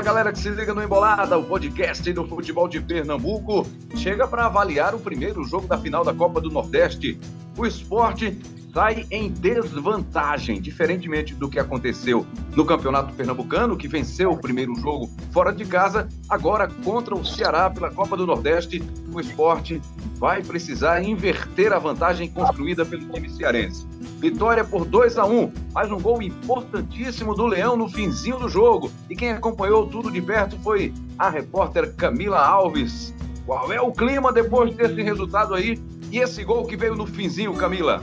galera que se liga no Embolada, o podcast do futebol de Pernambuco, chega para avaliar o primeiro jogo da final da Copa do Nordeste. O Sport sai em desvantagem, diferentemente do que aconteceu no Campeonato Pernambucano, que venceu o primeiro jogo fora de casa. Agora, contra o Ceará pela Copa do Nordeste, o Sport vai precisar inverter a vantagem construída pelo time cearense. Vitória por 2-1, mais um gol importantíssimo do Leão no finzinho do jogo. E quem acompanhou tudo de perto foi a repórter Camila Alves. Qual é o clima depois desse resultado aí e esse gol que veio no finzinho, Camila?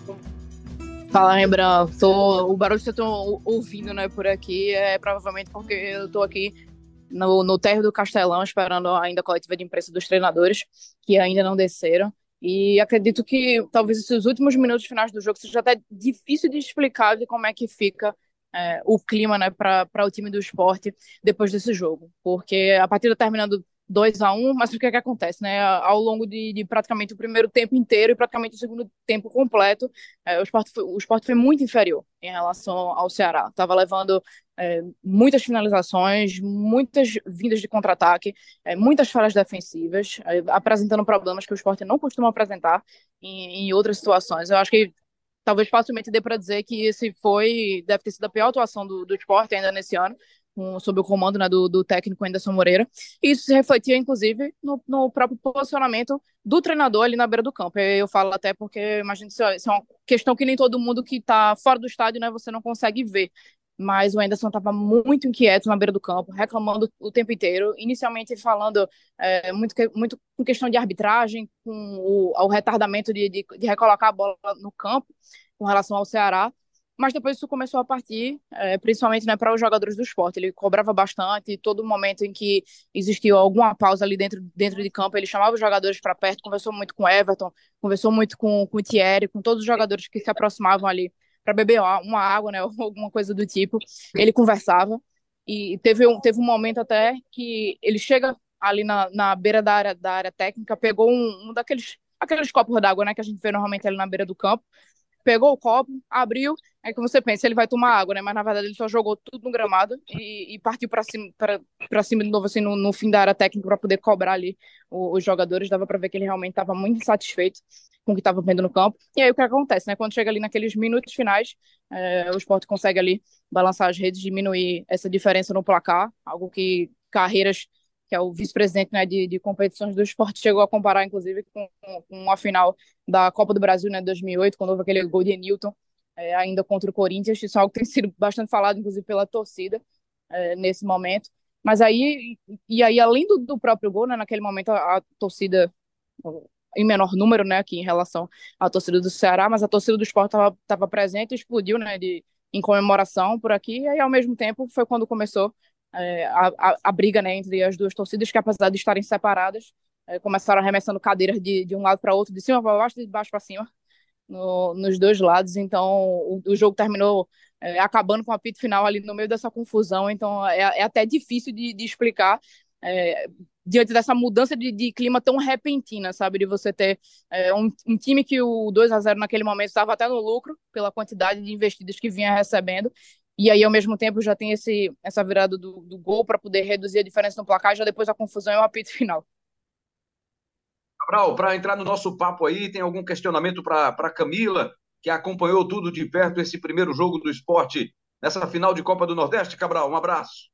Fala, Rembrandt. O barulho que eu tô ouvindo, né, por aqui é provavelmente porque eu tô aqui no térreo do Castelão esperando ainda a coletiva de imprensa dos treinadores, que ainda não desceram. E acredito que talvez esses últimos minutos finais do jogo seja até difícil de explicar de como é que fica o clima, né, para o time do Sport depois desse jogo. Porque a partida terminando 2-1, mas o que é que acontece, né? Ao longo de praticamente o primeiro tempo inteiro e praticamente o segundo tempo completo, o Sport foi muito inferior em relação ao Ceará. Estava levando muitas finalizações, muitas vindas de contra-ataque, muitas falhas defensivas, apresentando problemas que o Sport não costuma apresentar em outras situações. Eu acho que talvez facilmente dê para dizer que deve ter sido a pior atuação do Sport ainda nesse ano, sob o comando, né, do técnico Anderson Moreira. E isso se refletia, inclusive, no próprio posicionamento do treinador ali na beira do campo. Eu falo até porque, imagino que isso é uma questão que nem todo mundo que está fora do estádio, né, você não consegue ver. Mas o Anderson estava muito inquieto na beira do campo, reclamando o tempo inteiro, inicialmente falando muito com questão de arbitragem, com o retardamento de recolocar a bola no campo com relação ao Ceará, mas depois isso começou a partir, principalmente, né, para os jogadores do Sport. Ele cobrava bastante, todo momento em que existia alguma pausa ali dentro de campo, ele chamava os jogadores para perto, conversou muito com o Everton, conversou muito com o Thierry, com todos os jogadores que se aproximavam ali para beber uma água, né, ou alguma coisa do tipo. Ele conversava e teve um momento até que ele chega ali na beira da área técnica, pegou um aqueles copos d'água, né, que a gente vê normalmente ali na beira do campo, pegou o copo, abriu, é que você pensa, ele vai tomar água, né? Mas na verdade ele só jogou tudo no gramado e partiu para cima de novo, assim, no fim da área técnica para poder cobrar ali os jogadores. Dava para ver que ele realmente estava muito insatisfeito com o que estava vendo no campo. E aí o que acontece, né? Quando chega ali naqueles minutos finais, o Sport consegue ali balançar as redes, diminuir essa diferença no placar, algo que Carreiras, que é o vice-presidente, né, de competições do esporte, chegou a comparar, inclusive, com a final da Copa do Brasil, né, 2008, quando houve aquele gol de Newton, ainda contra o Corinthians. Isso é algo que tem sido bastante falado, inclusive, pela torcida nesse momento. Mas aí, além do próprio gol, né, naquele momento a torcida, em menor número, né, aqui em relação à torcida do Ceará, mas a torcida do Sport estava presente, explodiu, né, em comemoração por aqui, e aí, ao mesmo tempo, foi quando começou a briga, né, entre as duas torcidas, que apesar de estarem separadas, começaram arremessando cadeiras de um lado para outro, de cima para baixo, de baixo para cima, nos dois lados. Então o jogo terminou acabando com o apito final ali no meio dessa confusão. Então é até difícil de explicar diante dessa mudança de clima tão repentina, sabe? De você ter um time que o 2-0 naquele momento estava até no lucro pela quantidade de investidas que vinha recebendo. E aí, ao mesmo tempo, já tem essa virada do gol para poder reduzir a diferença no placar, já depois a confusão e o apito final. Cabral, para entrar no nosso papo aí, tem algum questionamento para Camila, que acompanhou tudo de perto esse primeiro jogo do esporte nessa final de Copa do Nordeste? Cabral, um abraço.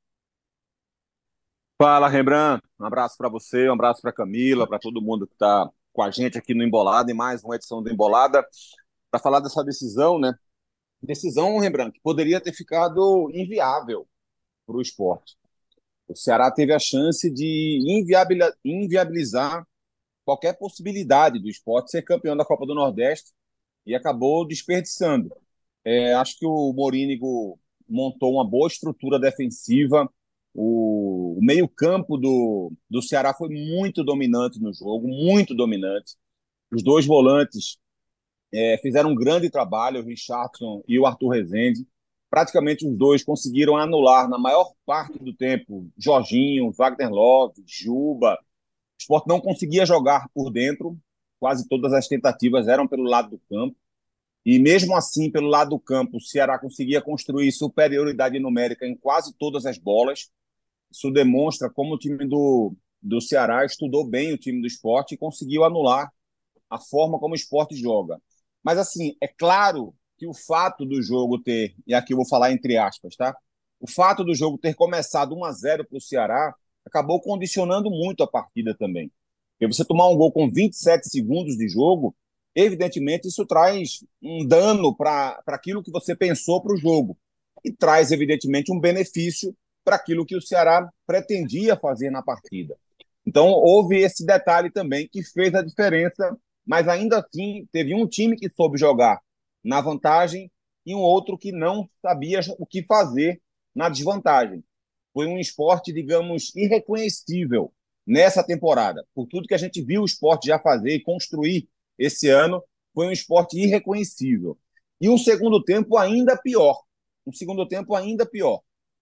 Fala, Rembrandt. Um abraço para você, um abraço para Camila, para todo mundo que está com a gente aqui no Embolada, em mais uma edição do Embolada, para falar dessa decisão, né? Decisão, Rembrandt, que poderia ter ficado inviável para o esporte. O Ceará teve a chance de inviabilizar qualquer possibilidade do esporte ser campeão da Copa do Nordeste e acabou desperdiçando. Acho que o Morínigo montou uma boa estrutura defensiva. O meio-campo do Ceará foi muito dominante no jogo, muito dominante. Os dois volantes fizeram um grande trabalho, o Richardson e o Arthur Rezende. Praticamente os dois conseguiram anular, na maior parte do tempo, Jorginho, Wagner Love, Juba. O Sport não conseguia jogar por dentro, quase todas as tentativas eram pelo lado do campo. E mesmo assim, pelo lado do campo, o Ceará conseguia construir superioridade numérica em quase todas as bolas. Isso demonstra como o time do Ceará estudou bem o time do Sport e conseguiu anular a forma como o Sport joga. Mas, assim, é claro que o fato do jogo ter, e aqui eu vou falar entre aspas, tá? O fato do jogo ter começado 1-0 para o Ceará acabou condicionando muito a partida também. Porque você tomar um gol com 27 segundos de jogo, evidentemente isso traz um dano para aquilo que você pensou para o jogo. E traz, evidentemente, um benefício para aquilo que o Ceará pretendia fazer na partida. Então, houve esse detalhe também que fez a diferença, mas ainda assim teve um time que soube jogar na vantagem e um outro que não sabia o que fazer na desvantagem. Foi um esporte, digamos, irreconhecível nessa temporada. Por tudo que a gente viu o esporte já fazer e construir esse ano, foi um esporte irreconhecível. E um segundo tempo ainda pior. Um segundo tempo ainda pior.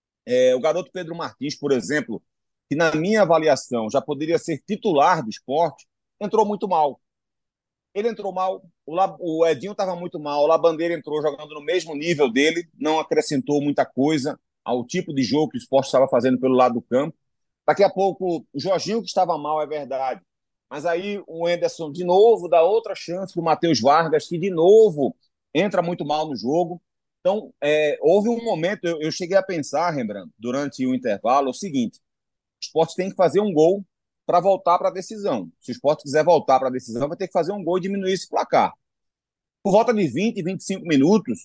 O garoto Pedro Martins, por exemplo, que na minha avaliação já poderia ser titular do esporte, entrou muito mal. Ele entrou mal, o Edinho estava muito mal, o Labandeira entrou jogando no mesmo nível dele, não acrescentou muita coisa ao tipo de jogo que o esporte estava fazendo pelo lado do campo. Daqui a pouco, o Jorginho que estava mal, é verdade. Mas aí o Enderson, de novo, dá outra chance para o Matheus Vargas, que de novo entra muito mal no jogo. Então, houve um momento, eu cheguei a pensar, Rembrandt, durante o intervalo, o seguinte: o esporte tem que fazer um gol para voltar para a decisão. Se o esporte quiser voltar para a decisão, vai ter que fazer um gol e diminuir esse placar. Por volta de 20, 25 minutos,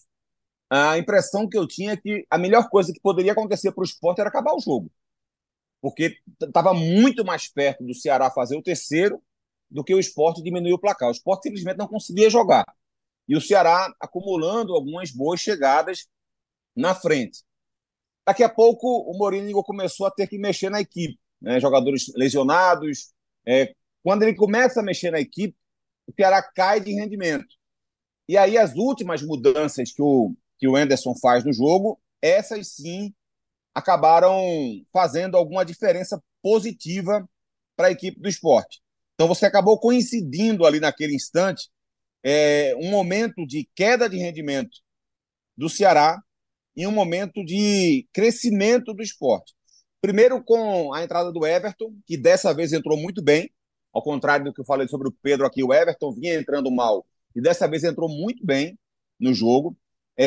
a impressão que eu tinha é que a melhor coisa que poderia acontecer para o esporte era acabar o jogo. Porque estava muito mais perto do Ceará fazer o terceiro do que o esporte diminuir o placar. O esporte simplesmente não conseguia jogar. E o Ceará acumulando algumas boas chegadas na frente. Daqui a pouco, o Mourinho começou a ter que mexer na equipe, né? Jogadores lesionados. Quando ele começa a mexer na equipe, o Ceará cai de rendimento. E aí, as últimas mudanças que o Enderson faz no jogo, essas sim acabaram fazendo alguma diferença positiva para a equipe do esporte. Então, você acabou coincidindo ali naquele instante um momento de queda de rendimento do Ceará em um momento de crescimento do esporte. Primeiro com a entrada do Everton, que dessa vez entrou muito bem, ao contrário do que eu falei sobre o Pedro aqui, o Everton vinha entrando mal e dessa vez entrou muito bem no jogo.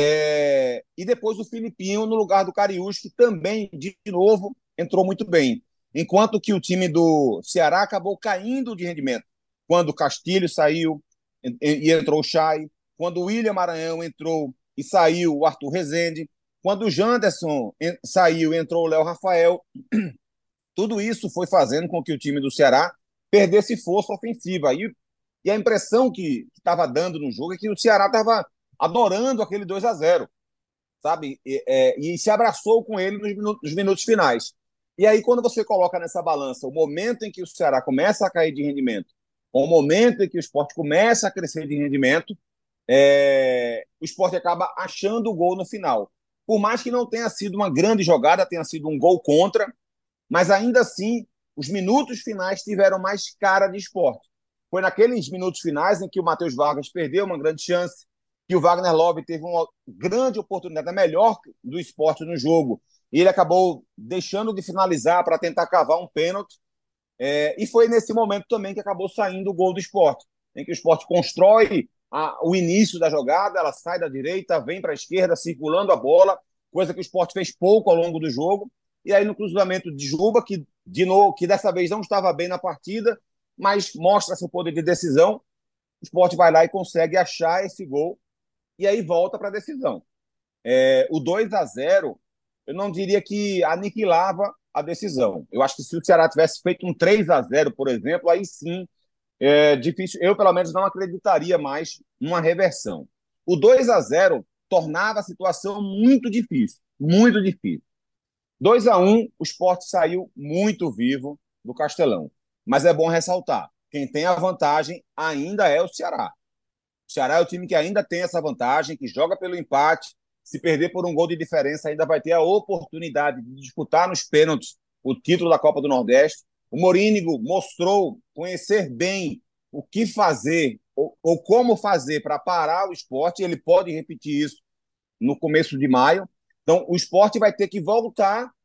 E depois o Filipinho no lugar do Cariús, que também, de novo, entrou muito bem. Enquanto que o time do Ceará acabou caindo de rendimento. Quando o Castilho saiu e entrou o Chay, quando o William Maranhão entrou e saiu o Arthur Rezende, quando o Janderson saiu e entrou o Léo Rafael, tudo isso foi fazendo com que o time do Ceará perdesse força ofensiva. E a impressão que estava dando no jogo é que o Ceará estava adorando aquele 2-0, sabe? E se abraçou com ele nos minutos finais. E aí, quando você coloca nessa balança o momento em que o Ceará começa a cair de rendimento, o momento em que o esporte começa a crescer de rendimento, o esporte acaba achando o gol no final. Por mais que não tenha sido uma grande jogada, tenha sido um gol contra, mas ainda assim, os minutos finais tiveram mais cara de esporte. Foi naqueles minutos finais em que o Matheus Vargas perdeu uma grande chance, que o Wagner Love teve uma grande oportunidade, a melhor do esporte no jogo, e ele acabou deixando de finalizar para tentar cavar um pênalti. E foi nesse momento também que acabou saindo o gol do esporte, em que o esporte constrói o início da jogada, ela sai da direita, vem para a esquerda, circulando a bola, coisa que o esporte fez pouco ao longo do jogo. E aí no cruzamento de Juba, que de novo, que dessa vez não estava bem na partida, mas mostra seu poder de decisão, o esporte vai lá e consegue achar esse gol, e aí volta para a decisão. O 2-0, eu não diria que aniquilava a decisão. Eu acho que se o Ceará tivesse feito um 3-0, por exemplo, aí sim é difícil. Eu, pelo menos, não acreditaria mais numa reversão. O 2-0 tornava a situação muito difícil, muito difícil. 2-1, o Sport saiu muito vivo do Castelão. Mas é bom ressaltar, quem tem a vantagem ainda é o Ceará. O Ceará é o time que ainda tem essa vantagem, que joga pelo empate. Se perder por um gol de diferença, ainda vai ter a oportunidade de disputar nos pênaltis o título da Copa do Nordeste. O Mourinho mostrou conhecer bem o que fazer ou como fazer para parar o esporte. Ele pode repetir isso no começo de maio. Então, o esporte vai ter que voltar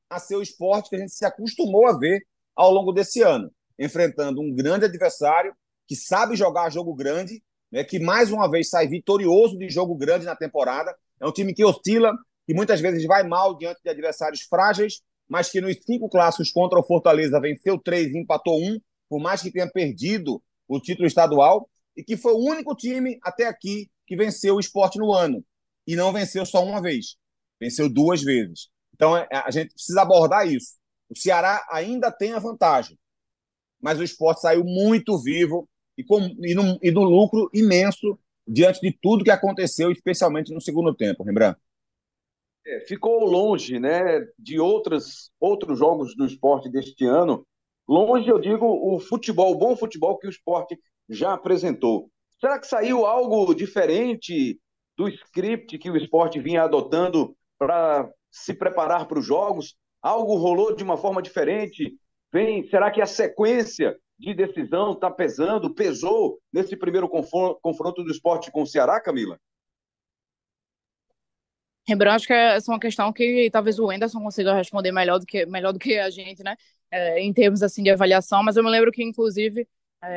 a ser o Sport que a gente se acostumou a ver ao longo desse ano, enfrentando um grande adversário que sabe jogar jogo grande, né, que mais uma vez sai vitorioso de jogo grande na temporada. É um time que oscila, que muitas vezes vai mal diante de adversários frágeis, mas que nos 5 clássicos contra o Fortaleza venceu 3 e empatou 1, por mais que tenha perdido o título estadual, e que foi o único time até aqui que venceu o Sport no ano. E não venceu só uma vez, venceu 2 vezes. Então a gente precisa abordar isso. O Ceará ainda tem a vantagem, mas o Sport saiu muito vivo e no lucro imenso diante de tudo que aconteceu, especialmente no segundo tempo, Rembrandt. Ficou longe, né, de outros jogos do esporte deste ano. Longe, eu digo, o futebol, o bom futebol que o esporte já apresentou. Será que saiu algo diferente do script que o esporte vinha adotando para se preparar para os jogos? Algo rolou de uma forma diferente? Será que a sequência de decisão está pesando, pesou nesse primeiro confronto do esporte com o Ceará, Camila? Rembrandt, acho que essa é uma questão que talvez o Anderson consiga responder melhor do que a gente, né? Em termos assim de avaliação, mas eu me lembro que, inclusive,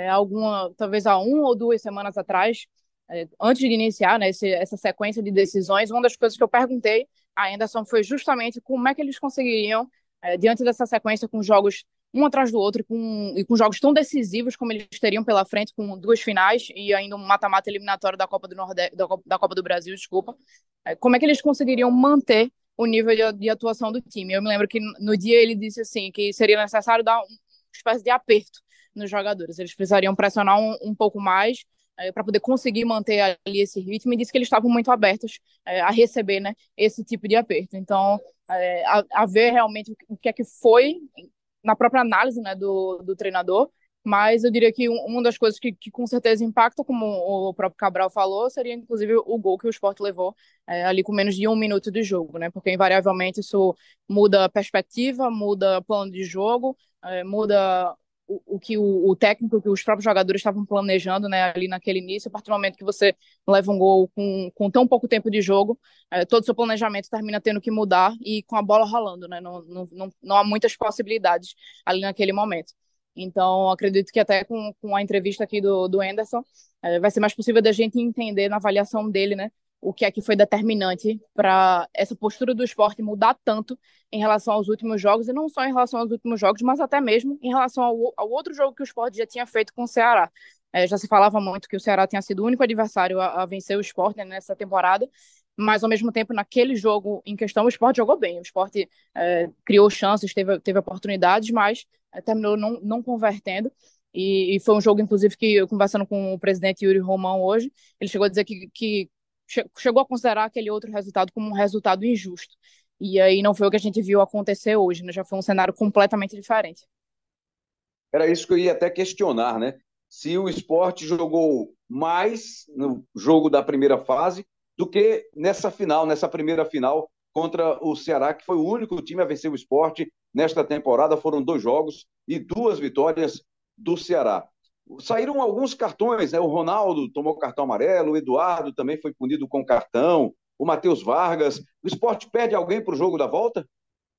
talvez há 1 ou 2 semanas atrás, antes de iniciar, né, essa sequência de decisões, uma das coisas que eu perguntei a Anderson foi justamente como é que eles conseguiriam, diante dessa sequência com jogos um atrás do outro e com jogos tão decisivos como eles teriam pela frente, com 2 finais e ainda um mata-mata eliminatório da Copa do Nordeste, da Copa do Brasil, desculpa. Como é que eles conseguiriam manter o nível de atuação do time? Eu me lembro que no dia ele disse assim que seria necessário dar uma espécie de aperto nos jogadores. Eles precisariam pressionar um pouco mais para poder conseguir manter ali esse ritmo e disse que eles estavam muito abertos a receber, né, esse tipo de aperto. Então, a ver realmente o que é que foi na própria análise, né, do treinador, mas eu diria que uma das coisas que com certeza impacta, como o próprio Cabral falou, seria inclusive o gol que o Sport levou ali com menos de 1 minuto de jogo, né? Porque invariavelmente isso muda a perspectiva, muda plano de jogo, muda o que o técnico, que os próprios jogadores estavam planejando, né, ali naquele início. A partir do momento que você leva um gol com tão pouco tempo de jogo, todo o seu planejamento termina tendo que mudar e com a bola rolando, né? Não há muitas possibilidades ali naquele momento. Então, acredito que até com a entrevista aqui do Anderson, vai ser mais possível da gente entender na avaliação dele, né, o que é que foi determinante para essa postura do esporte mudar tanto em relação aos últimos jogos, e não só em relação aos últimos jogos, mas até mesmo em relação ao outro jogo que o esporte já tinha feito com o Ceará. Já se falava muito que o Ceará tinha sido o único adversário a vencer o esporte, né, nessa temporada, mas ao mesmo tempo, naquele jogo em questão, o esporte jogou bem. O esporte criou chances, teve oportunidades, mas terminou não convertendo. E foi um jogo, inclusive, que eu conversando com o presidente Yuri Romão hoje, ele chegou a dizer que chegou a considerar aquele outro resultado como um resultado injusto. E aí não foi o que a gente viu acontecer hoje, né? Já foi um cenário completamente diferente. Era isso que eu ia até questionar, né? Se o esporte jogou mais no jogo da primeira fase do que nessa primeira final contra o Ceará, que foi o único time a vencer o esporte nesta temporada. Foram 2 jogos e 2 vitórias do Ceará. Saíram alguns cartões, né? O Ronaldo tomou cartão amarelo, o Eduardo também foi punido com cartão, o Matheus Vargas. O esporte perde alguém para o jogo da volta?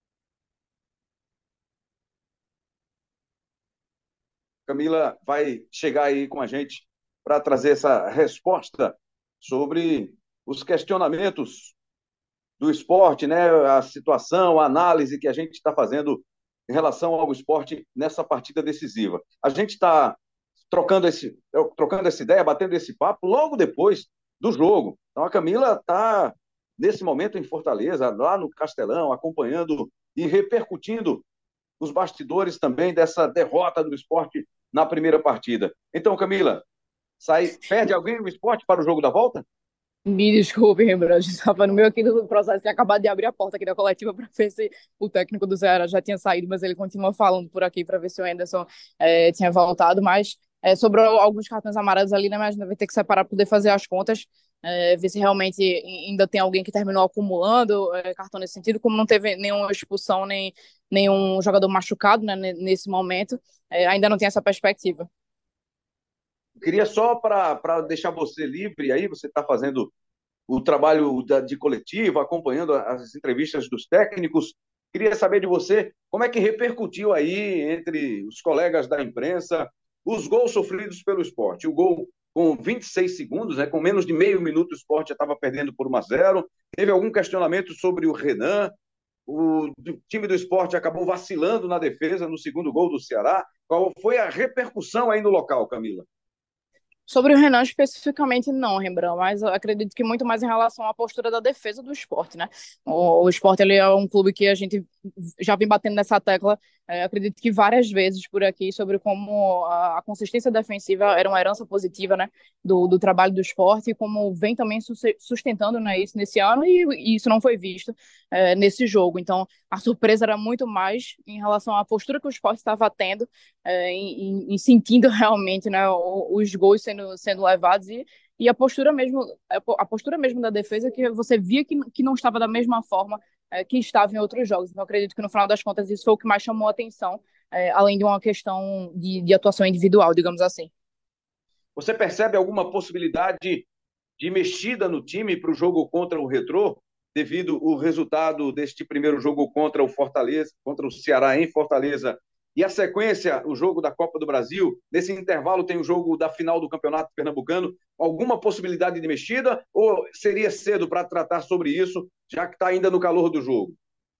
Camila vai chegar aí com a gente para trazer essa resposta sobre os questionamentos do esporte, né? A situação, a análise que a gente está fazendo em relação ao esporte nessa partida decisiva. A gente está trocando essa ideia, batendo esse papo logo depois do jogo. Então a Camila está nesse momento em Fortaleza, lá no Castelão, acompanhando e repercutindo os bastidores também dessa derrota do esporte na primeira partida. Então, Camila, perde alguém o esporte para o jogo da volta? Me desculpe, Rembrandt, estava no meio aqui do processo, tinha acabado de abrir a porta aqui da coletiva para ver se o técnico do Ceará já tinha saído, mas ele continua falando por aqui para ver se o Anderson tinha voltado, mas sobrou alguns cartões amarelos ali, né, mas vai ter que separar para poder fazer as contas, ver se realmente ainda tem alguém que terminou acumulando cartão nesse sentido, como não teve nenhuma expulsão, nem nenhum jogador machucado, né, nesse momento, ainda não tem essa perspectiva. Queria só para deixar você livre aí, você está fazendo o trabalho de coletivo, acompanhando as entrevistas dos técnicos. Queria saber de você como é que repercutiu aí entre os colegas da imprensa os gols sofridos pelo Sport. O gol com 26 segundos, né, com menos de meio minuto, o Sport já estava perdendo por 1-0. Teve algum questionamento sobre o Renan? O time do Sport acabou vacilando na defesa no segundo gol do Ceará. Qual foi a repercussão aí no local, Camila? Sobre o Renan especificamente, não, Rembrandt, mas eu acredito que muito mais em relação à postura da defesa do esporte, né? O esporte ele é um clube que a gente já vem batendo nessa tecla, acredito que várias vezes por aqui, sobre como a consistência defensiva era uma herança positiva, né? Do trabalho do esporte, e como vem também sustentando, né, isso nesse ano, e isso não foi visto nesse jogo. Então, a surpresa era muito mais em relação à postura que o esporte estava tendo em sentindo realmente, né, os gols sendo levados e a postura mesmo da defesa que você via que não estava da mesma forma que estava em outros jogos. Então, acredito que no final das contas isso foi o que mais chamou a atenção, além de uma questão de atuação individual, digamos assim. Você percebe alguma possibilidade de mexida no time para o jogo contra o Retrô, devido ao resultado deste primeiro jogo contra o Fortaleza, contra o Ceará em Fortaleza, e a sequência, o jogo da Copa do Brasil? Nesse intervalo tem o jogo da final do Campeonato Pernambucano. Alguma possibilidade de mexida ou seria cedo para tratar sobre isso, já que está ainda no calor do jogo?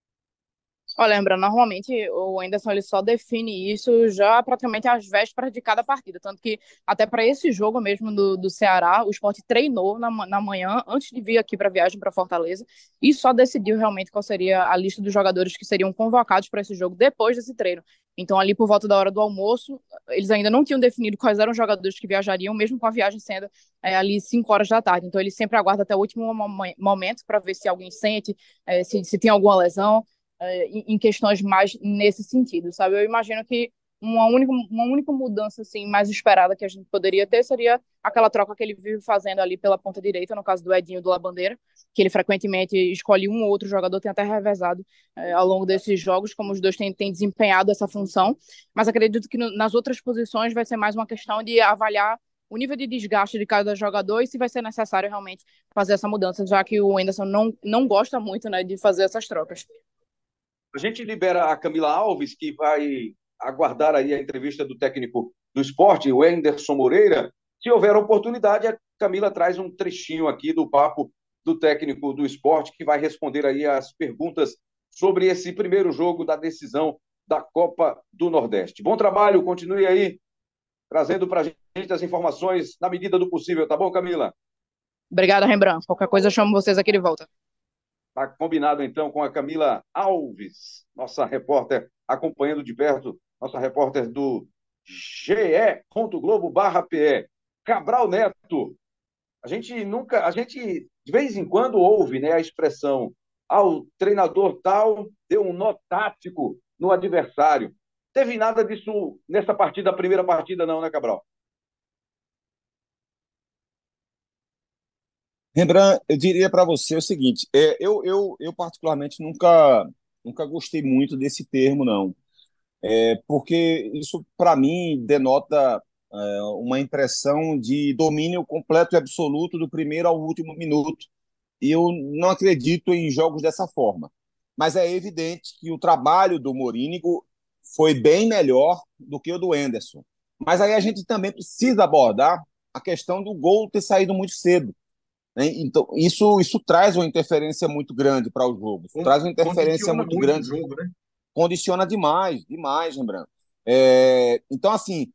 Olha, lembra, normalmente o Anderson ele só define isso já praticamente às vésperas de cada partida. Tanto que até para esse jogo mesmo do Ceará, o Sport treinou na manhã, antes de vir aqui para a viagem para Fortaleza, e só decidiu realmente qual seria a lista dos jogadores que seriam convocados para esse jogo depois desse treino. Então, ali por volta da hora do almoço, eles ainda não tinham definido quais eram os jogadores que viajariam, mesmo com a viagem sendo ali 5 horas da tarde. Então, ele sempre aguarda até o último momento para ver se alguém sente, se tem alguma lesão em questões mais nesse sentido, sabe? Eu imagino que uma única mudança assim mais esperada que a gente poderia ter seria aquela troca que ele vive fazendo ali pela ponta direita, no caso do Edinho do Labandeira, que ele frequentemente escolhe um ou outro jogador, tem até revezado ao longo desses jogos, como os dois têm desempenhado essa função, mas acredito que nas outras posições vai ser mais uma questão de avaliar o nível de desgaste de cada jogador e se vai ser necessário realmente fazer essa mudança, já que o Anderson não gosta muito, né, de fazer essas trocas. A gente libera a Camila Alves, que vai aguardar aí a entrevista do técnico do esporte, o Anderson Moreira. Se houver oportunidade, a Camila traz um trechinho aqui do papo do técnico do esporte, que vai responder aí as perguntas sobre esse primeiro jogo da decisão da Copa do Nordeste. Bom trabalho, continue aí trazendo para a gente as informações na medida do possível, tá bom, Camila? Obrigada, Rembrandt. Qualquer coisa eu chamo vocês aqui de volta. Está combinado, então, com a Camila Alves, nossa repórter, acompanhando de perto, nossa repórter do ge.globo/PE. Cabral Neto, a gente de vez em quando ouve, né, a expressão, o treinador tal deu um nó tático no adversário. Teve nada disso nessa partida, a primeira partida não, né, Cabral? Rembrandt, eu diria para você o seguinte: eu particularmente nunca gostei muito desse termo, não. Porque isso, para mim, denota uma impressão de domínio completo e absoluto do primeiro ao último minuto. E eu não acredito em jogos dessa forma. Mas é evidente que o trabalho do Morínigo foi bem melhor do que o do Anderson. Mas aí a gente também precisa abordar a questão do gol ter saído muito cedo, né? Então, isso traz uma interferência muito grande para o jogo. Isso traz uma interferência Condiciona muito muito o grande, jogo, né? condiciona demais, demais, lembrando. Então, assim,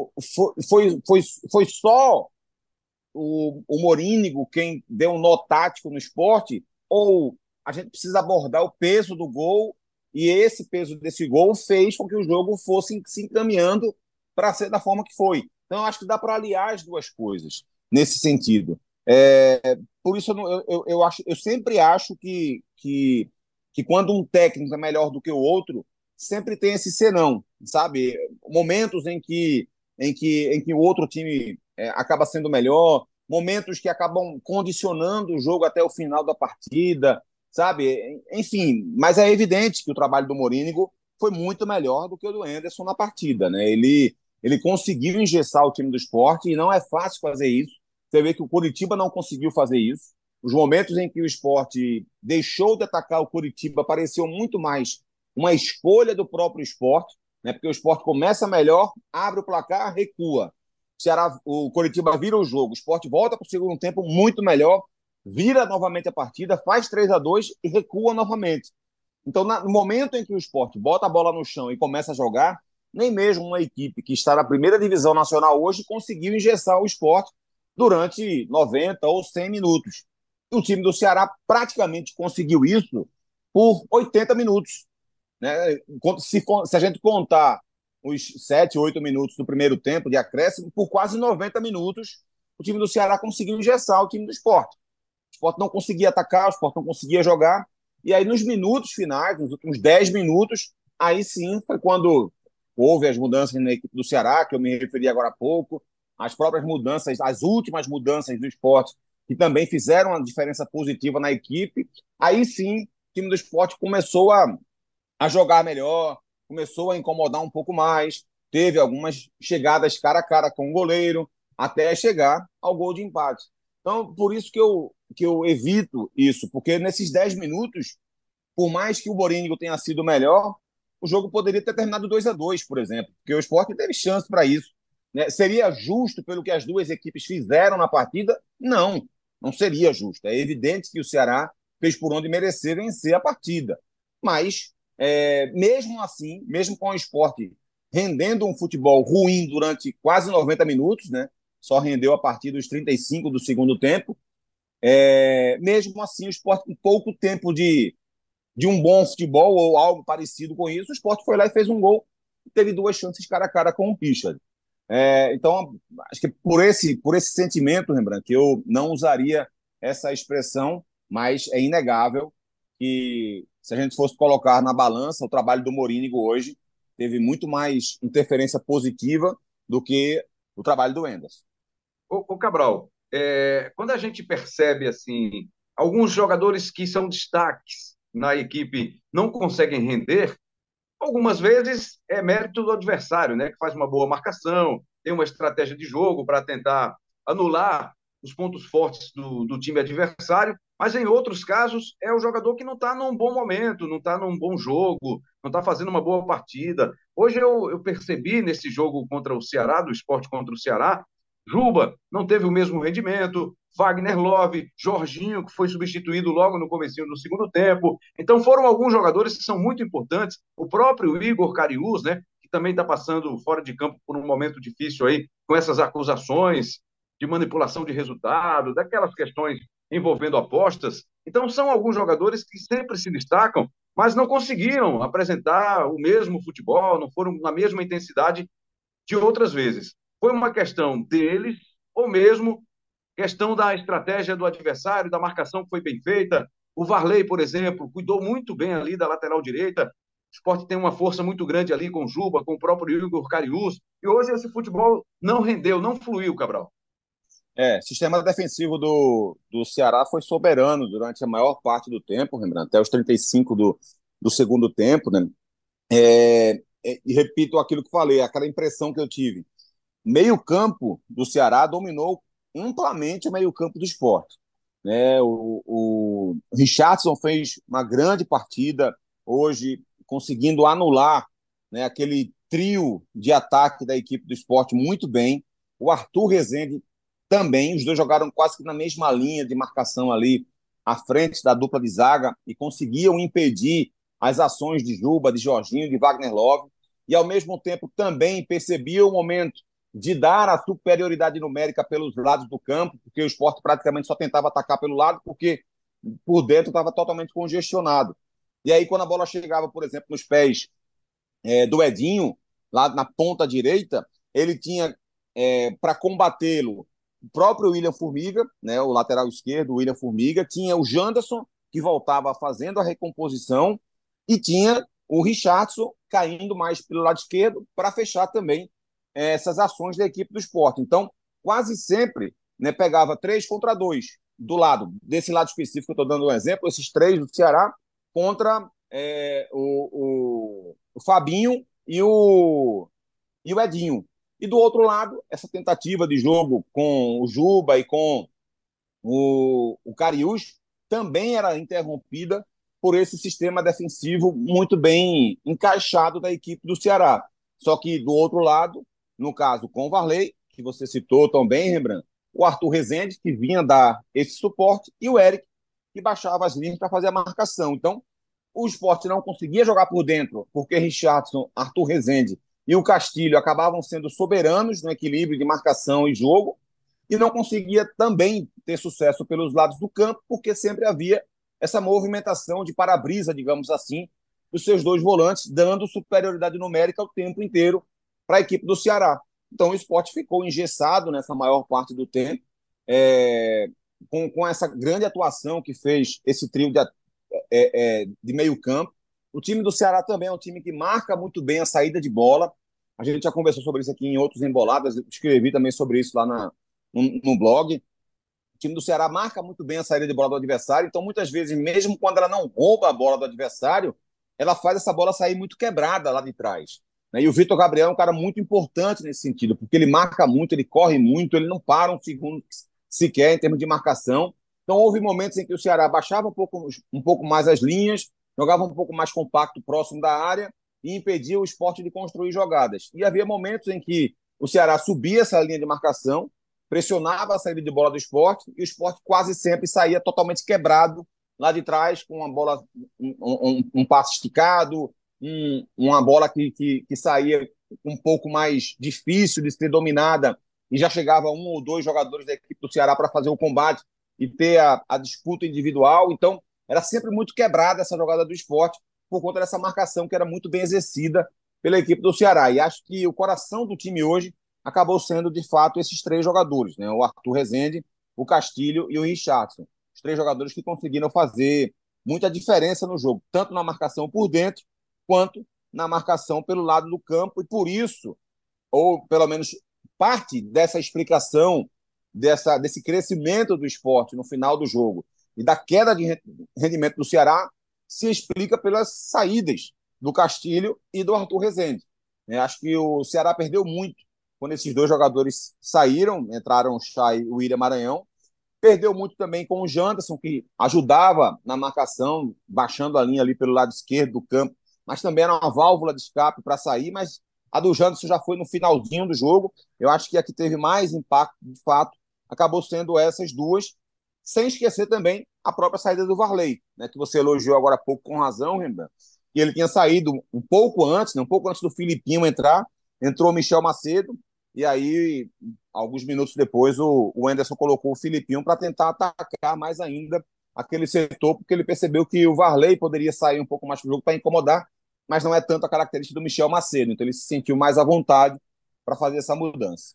foi só o Morínigo quem deu um nó tático no esporte, ou a gente precisa abordar o peso do gol, e esse peso desse gol fez com que o jogo fosse se encaminhando para ser da forma que foi. Então, eu acho que dá para aliar as duas coisas nesse sentido. Por isso, eu sempre acho que quando um técnico é melhor do que o outro, sempre tem esse senão, sabe? Momentos em que o outro time acaba sendo melhor, momentos que acabam condicionando o jogo até o final da partida, sabe? Enfim, mas é evidente que o trabalho do Morínigo foi muito melhor do que o do Anderson na partida, né? Ele conseguiu engessar o time do esporte e não é fácil fazer isso. Você vê que o Curitiba não conseguiu fazer isso. Os momentos em que o Sport deixou de atacar o Coritiba pareciam muito mais uma escolha do próprio Sport, né? Porque o Sport começa melhor, abre o placar, recua. O Coritiba vira o jogo, o Sport volta para o segundo tempo muito melhor, vira novamente a partida, faz 3-2 e recua novamente. Então, no momento em que o Sport bota a bola no chão e começa a jogar, nem mesmo uma equipe que está na primeira divisão nacional hoje conseguiu engessar o Sport durante 90 ou 100 minutos. E o time do Ceará praticamente conseguiu isso por 80 minutos. Né? Se a gente contar os 7, 8 minutos do primeiro tempo de acréscimo, por quase 90 minutos, o time do Ceará conseguiu engessar o time do Sport. O Sport não conseguia atacar, o Sport não conseguia jogar. E aí, nos minutos finais, nos últimos 10 minutos, aí sim foi quando houve as mudanças na equipe do Ceará, que eu me referi agora há pouco, as próprias mudanças, as últimas mudanças do Sport, que também fizeram uma diferença positiva na equipe. Aí sim, o time do Sport começou a jogar melhor, começou a incomodar um pouco mais, teve algumas chegadas cara a cara com o goleiro, até chegar ao gol de empate. Então, por isso que eu evito isso, porque nesses 10 minutos, por mais que o Morínigo tenha sido melhor, o jogo poderia ter terminado 2-2, por exemplo, porque o Sport teve chance para isso. Né? Seria justo pelo que as duas equipes fizeram na partida? Não, não seria justo. É evidente que o Ceará fez por onde merecer vencer a partida. Mas, mesmo assim, mesmo com o Sport rendendo um futebol ruim durante quase 90 minutos, né? Só rendeu a partir dos 35 do segundo tempo, mesmo assim, o Sport com pouco tempo de um bom futebol ou algo parecido com isso, o Sport foi lá e fez um gol e teve duas chances cara a cara com o Pichard. Então, acho que por esse sentimento, Rembrandt, que eu não usaria essa expressão, mas é inegável que, se a gente fosse colocar na balança, o trabalho do Morínigo hoje teve muito mais interferência positiva do que o trabalho do Enderson. Ô Cabral, quando a gente percebe assim alguns jogadores que são destaques na equipe não conseguem render, algumas vezes é mérito do adversário, né? Que faz uma boa marcação, tem uma estratégia de jogo para tentar anular os pontos fortes do time adversário, mas em outros casos é o jogador que não está num bom momento, não está num bom jogo, não está fazendo uma boa partida. Hoje eu percebi nesse jogo contra o Ceará, do Sport contra o Ceará, Juba não teve o mesmo rendimento, Wagner Love, Jorginho, que foi substituído logo no comecinho do segundo tempo. Então foram alguns jogadores que são muito importantes. O próprio Igor Cariús, né, que também está passando fora de campo por um momento difícil aí, com essas acusações de manipulação de resultado, daquelas questões envolvendo apostas. Então são alguns jogadores que sempre se destacam, mas não conseguiram apresentar o mesmo futebol, não foram na mesma intensidade de outras vezes. Foi uma questão deles, ou mesmo questão da estratégia do adversário, da marcação que foi bem feita. O Varley, por exemplo, cuidou muito bem ali da lateral direita. O Sport tem uma força muito grande ali com o Juba, com o próprio Igor Cariús. E hoje esse futebol não rendeu, não fluiu, Cabral. O sistema defensivo do Ceará foi soberano durante a maior parte do tempo, Rembrandt, até os 35 do segundo tempo, né? E repito aquilo que falei, aquela impressão que eu tive. Meio-campo do Ceará dominou amplamente o meio-campo do Sport. Né? O Richardson fez uma grande partida hoje, conseguindo anular, né, aquele trio de ataque da equipe do Sport muito bem. O Arthur Rezende também, os dois jogaram quase que na mesma linha de marcação ali, à frente da dupla de zaga, e conseguiam impedir as ações de Juba, de Jorginho, de Wagner Love, e ao mesmo tempo também percebiam o momento de dar a superioridade numérica pelos lados do campo, porque o Sport praticamente só tentava atacar pelo lado, porque por dentro estava totalmente congestionado. E aí, quando a bola chegava, por exemplo, nos pés do Edinho, lá na ponta direita, ele tinha, para combatê-lo, o próprio William Formiga, né, o lateral esquerdo, o William Formiga, tinha o Janderson, que voltava fazendo a recomposição, e tinha o Richardson caindo mais pelo lado esquerdo para fechar também essas ações da equipe do Sport. Então, quase sempre, né, pegava 3 contra 2 do lado, desse lado específico, eu estou dando um exemplo, esses 3 do Ceará contra o Fabinho e o Edinho. E do outro lado, essa tentativa de jogo com o Juba e com o Cariús também era interrompida por esse sistema defensivo muito bem encaixado da equipe do Ceará. Só que do outro lado, no caso com o Varley, que você citou também, Rembrandt, o Arthur Rezende, que vinha dar esse suporte, e o Eric, que baixava as linhas para fazer a marcação. Então, o Sport não conseguia jogar por dentro, porque Richardson, Arthur Rezende e o Castilho acabavam sendo soberanos no equilíbrio de marcação e jogo, e não conseguia também ter sucesso pelos lados do campo, porque sempre havia essa movimentação de para-brisa, digamos assim, dos seus dois volantes, dando superioridade numérica o tempo inteiro para a equipe do Ceará. Então o Sport ficou engessado nessa maior parte do tempo, é, com essa grande atuação que fez esse trio de meio campo. O time do Ceará também é um time que marca muito bem a saída de bola. A gente já conversou sobre isso aqui em outros emboladas, escrevi também sobre isso lá no blog. O time do Ceará marca muito bem a saída de bola do adversário, então muitas vezes, mesmo quando ela não rouba a bola do adversário, ela faz essa bola sair muito quebrada lá de trás. E o Vitor Gabriel é um cara muito importante nesse sentido, porque ele marca muito, ele corre muito, ele não para um segundo sequer em termos de marcação. Então houve momentos em que o Ceará baixava um pouco mais as linhas, jogava um pouco mais compacto próximo da área e impedia o Sport de construir jogadas. E havia momentos em que o Ceará subia essa linha de marcação, pressionava a saída de bola do Sport e o Sport quase sempre saía totalmente quebrado lá de trás, com uma bola, um passe esticado, uma bola que saía um pouco mais difícil de ser dominada e já chegava um ou dois jogadores da equipe do Ceará para fazer o combate e ter a disputa individual. Então, era sempre muito quebrada essa jogada do Sport por conta dessa marcação que era muito bem exercida pela equipe do Ceará. E acho que o coração do time hoje acabou sendo, de fato, esses três jogadores, né? O Arthur Rezende, o Castilho e o Richardson. Os três jogadores que conseguiram fazer muita diferença no jogo, tanto na marcação por dentro, quanto na marcação pelo lado do campo. E por isso, ou pelo menos parte dessa explicação, desse crescimento do esporte no final do jogo e da queda de rendimento do Ceará, se explica pelas saídas do Castilho e do Arthur Rezende. Acho que o Ceará perdeu muito quando esses dois jogadores saíram, entraram o Chay e o William Maranhão. Perdeu muito também com o Janderson, que ajudava na marcação, baixando a linha ali pelo lado esquerdo do campo, mas também era uma válvula de escape para sair, mas a do Janderson já foi no finalzinho do jogo. Eu acho que a que teve mais impacto, de fato, acabou sendo essas duas, sem esquecer também a própria saída do Varley, né, que você elogiou agora há pouco com razão, Rembrandt, e ele tinha saído um pouco antes, né, um pouco antes do Filipinho entrar, entrou o Michel Macedo, e aí, alguns minutos depois, o Anderson colocou o Filipinho para tentar atacar mais ainda aquele setor, porque ele percebeu que o Varley poderia sair um pouco mais para o jogo para incomodar, mas não é tanto a característica do Michel Macedo. Então ele se sentiu mais à vontade para fazer essa mudança.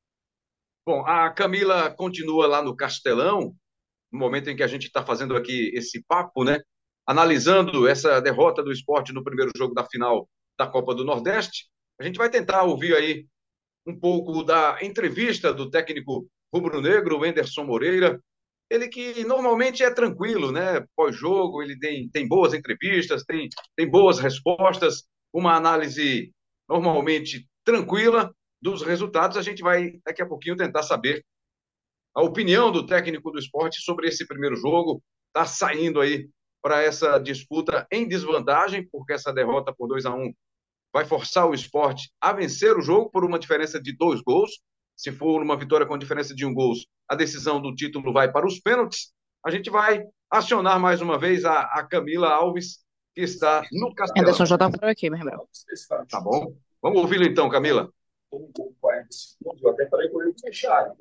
Bom, a Camila continua lá no Castelão, no momento em que a gente está fazendo aqui esse papo, né? Analisando essa derrota do esporte no primeiro jogo da final da Copa do Nordeste. A gente vai tentar ouvir aí um pouco da entrevista do técnico rubro-negro, Wenderson Moreira. Ele que normalmente é tranquilo, né? Pós-jogo, ele tem boas entrevistas, tem boas respostas, uma análise normalmente tranquila dos resultados. A gente vai, daqui a pouquinho, tentar saber a opinião do técnico do esporte sobre esse primeiro jogo. Está saindo aí para essa disputa em desvantagem, porque essa derrota por 2-1 vai forçar o esporte a vencer o jogo por uma diferença de 2 gols. Se for uma vitória com diferença de 1 gol, a decisão do título vai para os pênaltis. A gente vai acionar mais uma vez a Camila Alves, que está no Anderson Castelão. já tá por aqui, meu irmão. Tá bom? Vamos ouvi-lo então, Camila. Toma um gol com 40 segundos, eu até falei com ele fechar.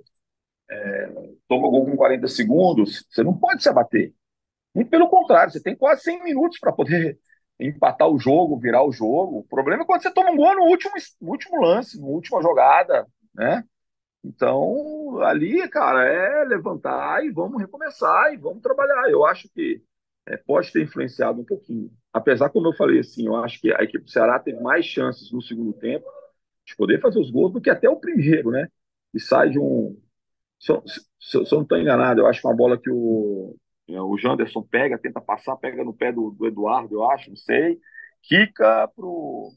Toma o gol com 40 segundos, você não pode se abater. Muito pelo contrário, você tem quase 100 minutos para poder empatar o jogo, virar o jogo. O problema é quando você toma um gol no último lance, na última jogada, né? Então, ali, cara, é levantar e vamos recomeçar e vamos trabalhar. Eu acho que pode ter influenciado um pouquinho. Apesar, como eu falei, assim, eu acho que a equipe do Ceará teve mais chances no segundo tempo de poder fazer os gols do que até o primeiro, né? E sai de um. Se eu não estou enganado, eu acho que uma bola que o Janderson pega, tenta passar, pega no pé do Eduardo, eu acho, não sei. Quica pro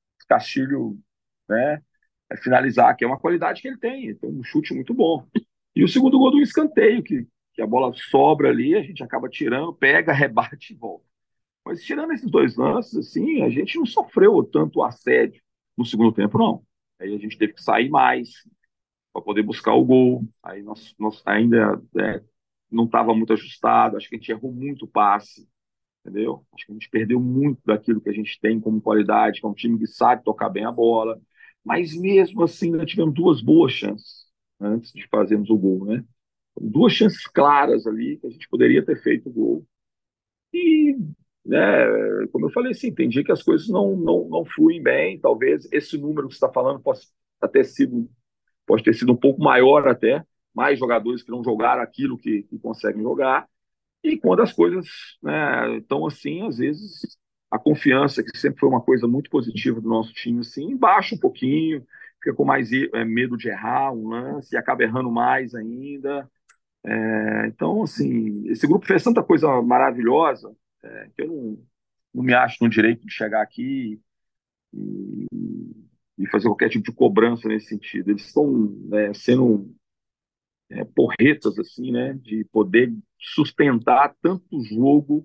Castilho, né? Finalizar, que é uma qualidade que ele tem um chute muito bom. E o segundo gol do escanteio, que a bola sobra ali, a gente acaba tirando, pega, rebate e volta. Mas tirando esses dois lances, assim, a gente não sofreu tanto assédio no segundo tempo, não. Aí a gente teve que sair mais para poder buscar o gol. Aí nós ainda não estava muito ajustado, acho que a gente errou muito passe, entendeu? Acho que a gente perdeu muito daquilo que a gente tem como qualidade, que é um time que sabe tocar bem a bola. Mas mesmo assim, nós tivemos duas boas chances antes de fazermos o gol, né? Duas chances claras ali que a gente poderia ter feito o gol. E, né, como eu falei, assim, entendi que as coisas não fluem bem. Talvez esse número que você está falando ter sido, pode ter sido um pouco maior até, mais jogadores que não jogaram aquilo que conseguem jogar. E quando as coisas, né, estão assim, às vezes a confiança, que sempre foi uma coisa muito positiva do nosso time, assim, baixa um pouquinho, fica com mais medo de errar um lance e acaba errando mais ainda. Então, assim, esse grupo fez tanta coisa maravilhosa que eu não me acho no direito de chegar aqui e, e fazer qualquer tipo de cobrança nesse sentido. Eles estão sendo porretas, assim, né, de poder sustentar tanto jogo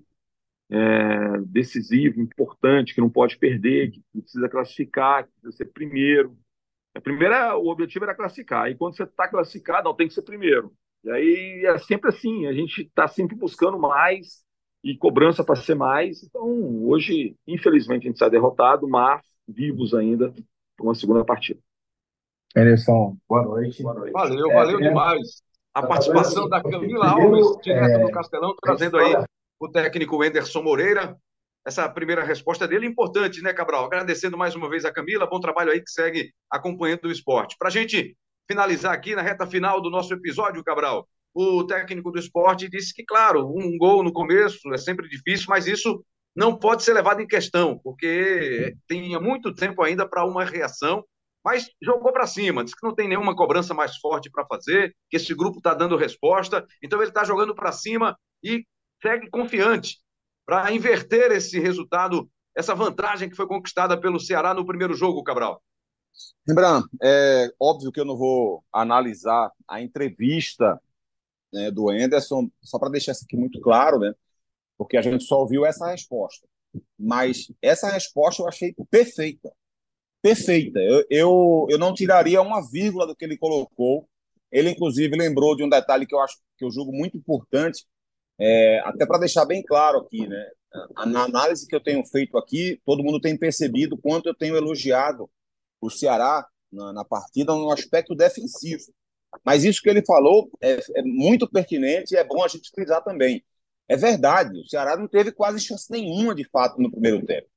decisivo, importante, que não pode perder, que precisa classificar, que precisa ser primeiro. O objetivo era classificar. E quando você está classificado, não tem que ser primeiro. E aí é sempre assim, a gente está sempre buscando mais e cobrança para ser mais. Então, hoje, infelizmente, a gente está derrotado, mas vivos ainda para uma segunda partida. Anderson, boa noite. Boa noite. Valeu demais. A participação da Camila Alves, direto do Castelão, trazendo aí o técnico Enderson Moreira. Essa primeira resposta dele é importante, né, Cabral? Agradecendo mais uma vez a Camila, bom trabalho aí que segue acompanhando o esporte. Para a gente finalizar aqui na reta final do nosso episódio, Cabral, o técnico do esporte disse que, claro, um gol no começo é sempre difícil, mas isso não pode ser levado em questão, porque tem muito tempo ainda para uma reação, mas jogou para cima, disse que não tem nenhuma cobrança mais forte para fazer, que esse grupo está dando resposta, então ele está jogando para cima e segue confiante para inverter esse resultado, essa vantagem que foi conquistada pelo Ceará no primeiro jogo, Cabral. Lembrando, é óbvio que eu não vou analisar a entrevista, né, do Enderson, só para deixar isso aqui muito claro, né, porque a gente só ouviu essa resposta. Mas essa resposta eu achei perfeita. Perfeita. Eu não tiraria uma vírgula do que ele colocou. Ele, inclusive, lembrou de um detalhe que eu acho que eu julgo muito importante, até para deixar bem claro aqui, né? Na análise que eu tenho feito aqui, todo mundo tem percebido quanto eu tenho elogiado o Ceará na partida no aspecto defensivo. Mas isso que ele falou é muito pertinente e é bom a gente frisar também. É verdade, o Ceará não teve quase chance nenhuma, de fato, no primeiro tempo.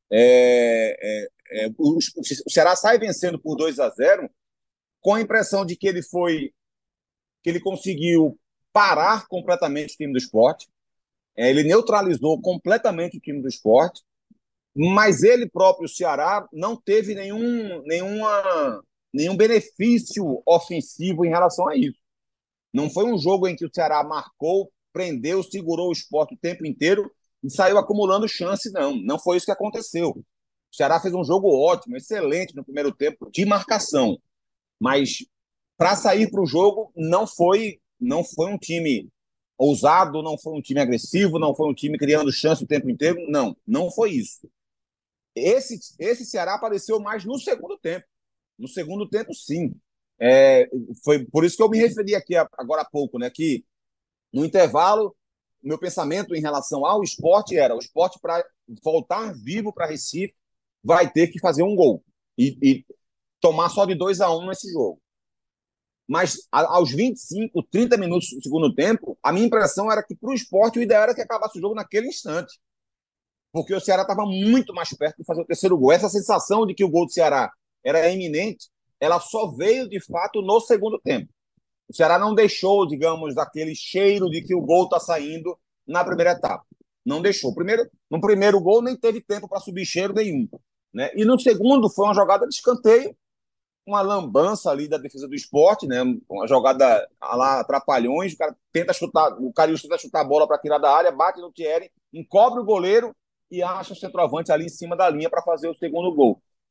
O Ceará sai vencendo por 2-0 com a impressão de que ele conseguiu parar completamente o time do Sport. Ele neutralizou completamente o time do Sport, mas ele próprio, o Ceará, não teve nenhum benefício ofensivo em relação a isso. Não foi um jogo em que o Ceará marcou, prendeu, segurou o Sport o tempo inteiro e saiu acumulando chance, não. Não foi isso que aconteceu. O Ceará fez um jogo ótimo, excelente no primeiro tempo, de marcação. Mas para sair para o jogo, não foi um time ousado, não foi um time agressivo, não foi um time criando chance o tempo inteiro. Não foi isso. Esse Ceará apareceu mais no segundo tempo. No segundo tempo, sim. Foi por isso que eu me referi aqui agora há pouco, né? Que no intervalo, meu pensamento em relação ao esporte era: o esporte, para voltar vivo para Recife, vai ter que fazer um gol e tomar só de 2-1 nesse jogo. Mas aos 25, 30 minutos do segundo tempo, a minha impressão era que para o esporte o ideal era que acabasse o jogo naquele instante, porque o Ceará estava muito mais perto de fazer o terceiro gol. Essa sensação de que o gol do Ceará era iminente, ela só veio de fato no segundo tempo. O Ceará não deixou, digamos, aquele cheiro de que o gol está saindo na primeira etapa. Não deixou. No primeiro gol nem teve tempo para subir cheiro nenhum, né? E no segundo foi uma jogada de escanteio, uma lambança ali da defesa do esporte, né? Uma jogada lá, trapalhões, o Cariús tenta chutar a bola para tirar da área, bate no Thierry, encobre o goleiro e acha o centroavante ali em cima da linha para fazer o segundo gol.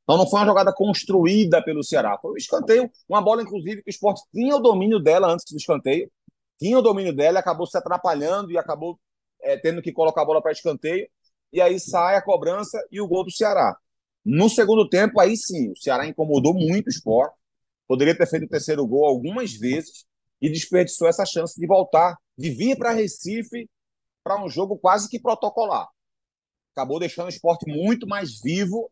Então não foi uma jogada construída pelo Ceará. Foi um escanteio, uma bola, inclusive, que o Sport tinha o domínio dela antes do escanteio, tinha o domínio dela, acabou se atrapalhando e acabou tendo que colocar a bola para escanteio, e aí sai a cobrança e o gol do Ceará. No segundo tempo, aí sim, o Ceará incomodou muito o Sport, poderia ter feito o terceiro gol algumas vezes e desperdiçou essa chance de voltar, de vir para Recife para um jogo quase que protocolar. Acabou deixando o Sport muito mais vivo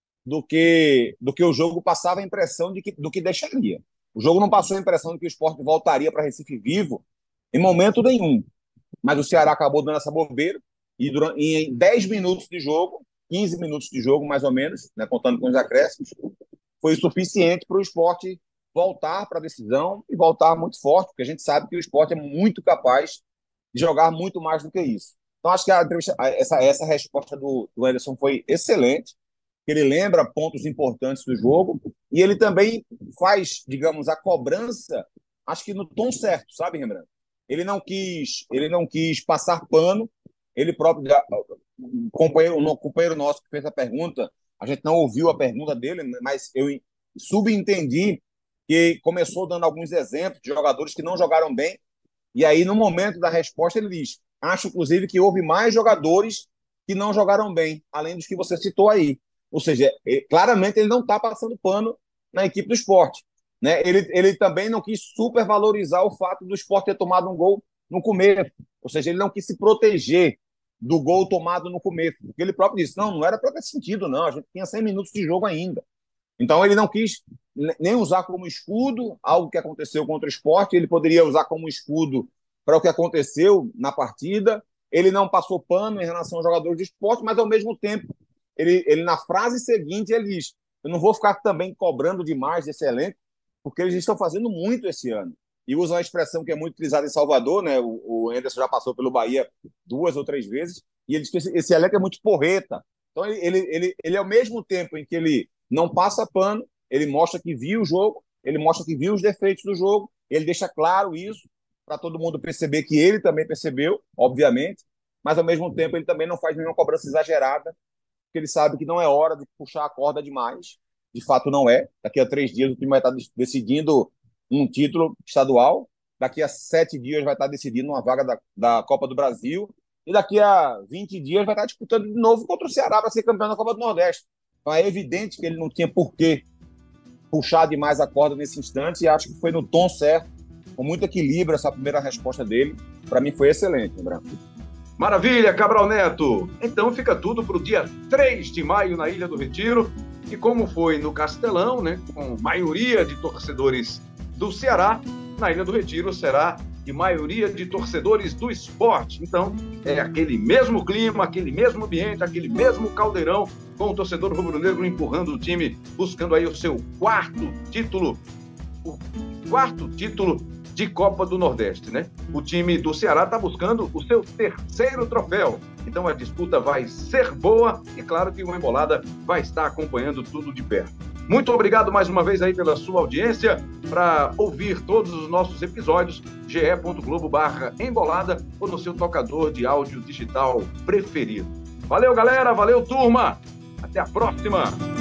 do que o jogo passava a impressão do que deixaria. O jogo não passou a impressão de que o Sport voltaria para Recife vivo em momento nenhum. Mas o Ceará acabou dando essa bobeira e em 10 minutos de jogo, 15 minutos de jogo mais ou menos, né, contando com os acréscimos, foi suficiente para o Sport voltar para a decisão e voltar muito forte, porque a gente sabe que o Sport é muito capaz de jogar muito mais do que isso. Então, acho que essa resposta do Anderson foi excelente, que ele lembra pontos importantes do jogo e ele também faz, digamos, a cobrança, acho que no tom certo, sabe, Rembrandt? Ele não quis passar pano, ele próprio, um companheiro nosso que fez a pergunta, a gente não ouviu a pergunta dele, mas eu subentendi que começou dando alguns exemplos de jogadores que não jogaram bem, e aí no momento da resposta ele diz, acho inclusive que houve mais jogadores que não jogaram bem, além dos que você citou aí. Ou seja, claramente ele não está passando pano na equipe do Sport. Né? Ele também não quis supervalorizar o fato do Sport ter tomado um gol no começo. Ou seja, ele não quis se proteger do gol tomado no começo. Porque ele próprio disse, não era para ter sentido, não. A gente tinha 100 minutos de jogo ainda. Então ele não quis nem usar como escudo algo que aconteceu contra o Sport. Ele poderia usar como escudo para o que aconteceu na partida. Ele não passou pano em relação aos jogadores do Sport, mas ao mesmo tempo ele na frase seguinte, ele diz, eu não vou ficar também cobrando demais desse elenco, porque eles estão fazendo muito esse ano. E usa uma expressão que é muito utilizada em Salvador, né? O Anderson já passou pelo Bahia 2 ou 3 vezes, e ele diz que esse elenco é muito porreta. Então, ele ao mesmo tempo em que ele não passa pano, ele mostra que viu o jogo, ele mostra que viu os defeitos do jogo, ele deixa claro isso, para todo mundo perceber que ele também percebeu, obviamente, mas ao mesmo tempo ele também não faz nenhuma cobrança exagerada, porque ele sabe que não é hora de puxar a corda demais. De fato, não é. Daqui a 3 dias o time vai estar decidindo um título estadual. Daqui a 7 dias vai estar decidindo uma vaga da Copa do Brasil. E daqui a 20 dias vai estar disputando de novo contra o Ceará para ser campeão da Copa do Nordeste. Então é evidente que ele não tinha por que puxar demais a corda nesse instante, e acho que foi no tom certo, com muito equilíbrio essa primeira resposta dele. Para mim foi excelente, Branco. Maravilha, Cabral Neto! Então fica tudo para o dia 3 de maio na Ilha do Retiro. E como foi no Castelão, né, com maioria de torcedores do Ceará, na Ilha do Retiro será de maioria de torcedores do Sport. Então, é aquele mesmo clima, aquele mesmo ambiente, aquele mesmo caldeirão, com o torcedor rubro-negro empurrando o time, buscando aí o seu quarto título de Copa do Nordeste, né? O time do Ceará está buscando o seu 3º troféu. Então a disputa vai ser boa e claro que o Embolada vai estar acompanhando tudo de perto. Muito obrigado mais uma vez aí pela sua audiência. Para ouvir todos os nossos episódios, ge.globo/embolada ou no seu tocador de áudio digital preferido. Valeu, galera! Valeu, turma! Até a próxima!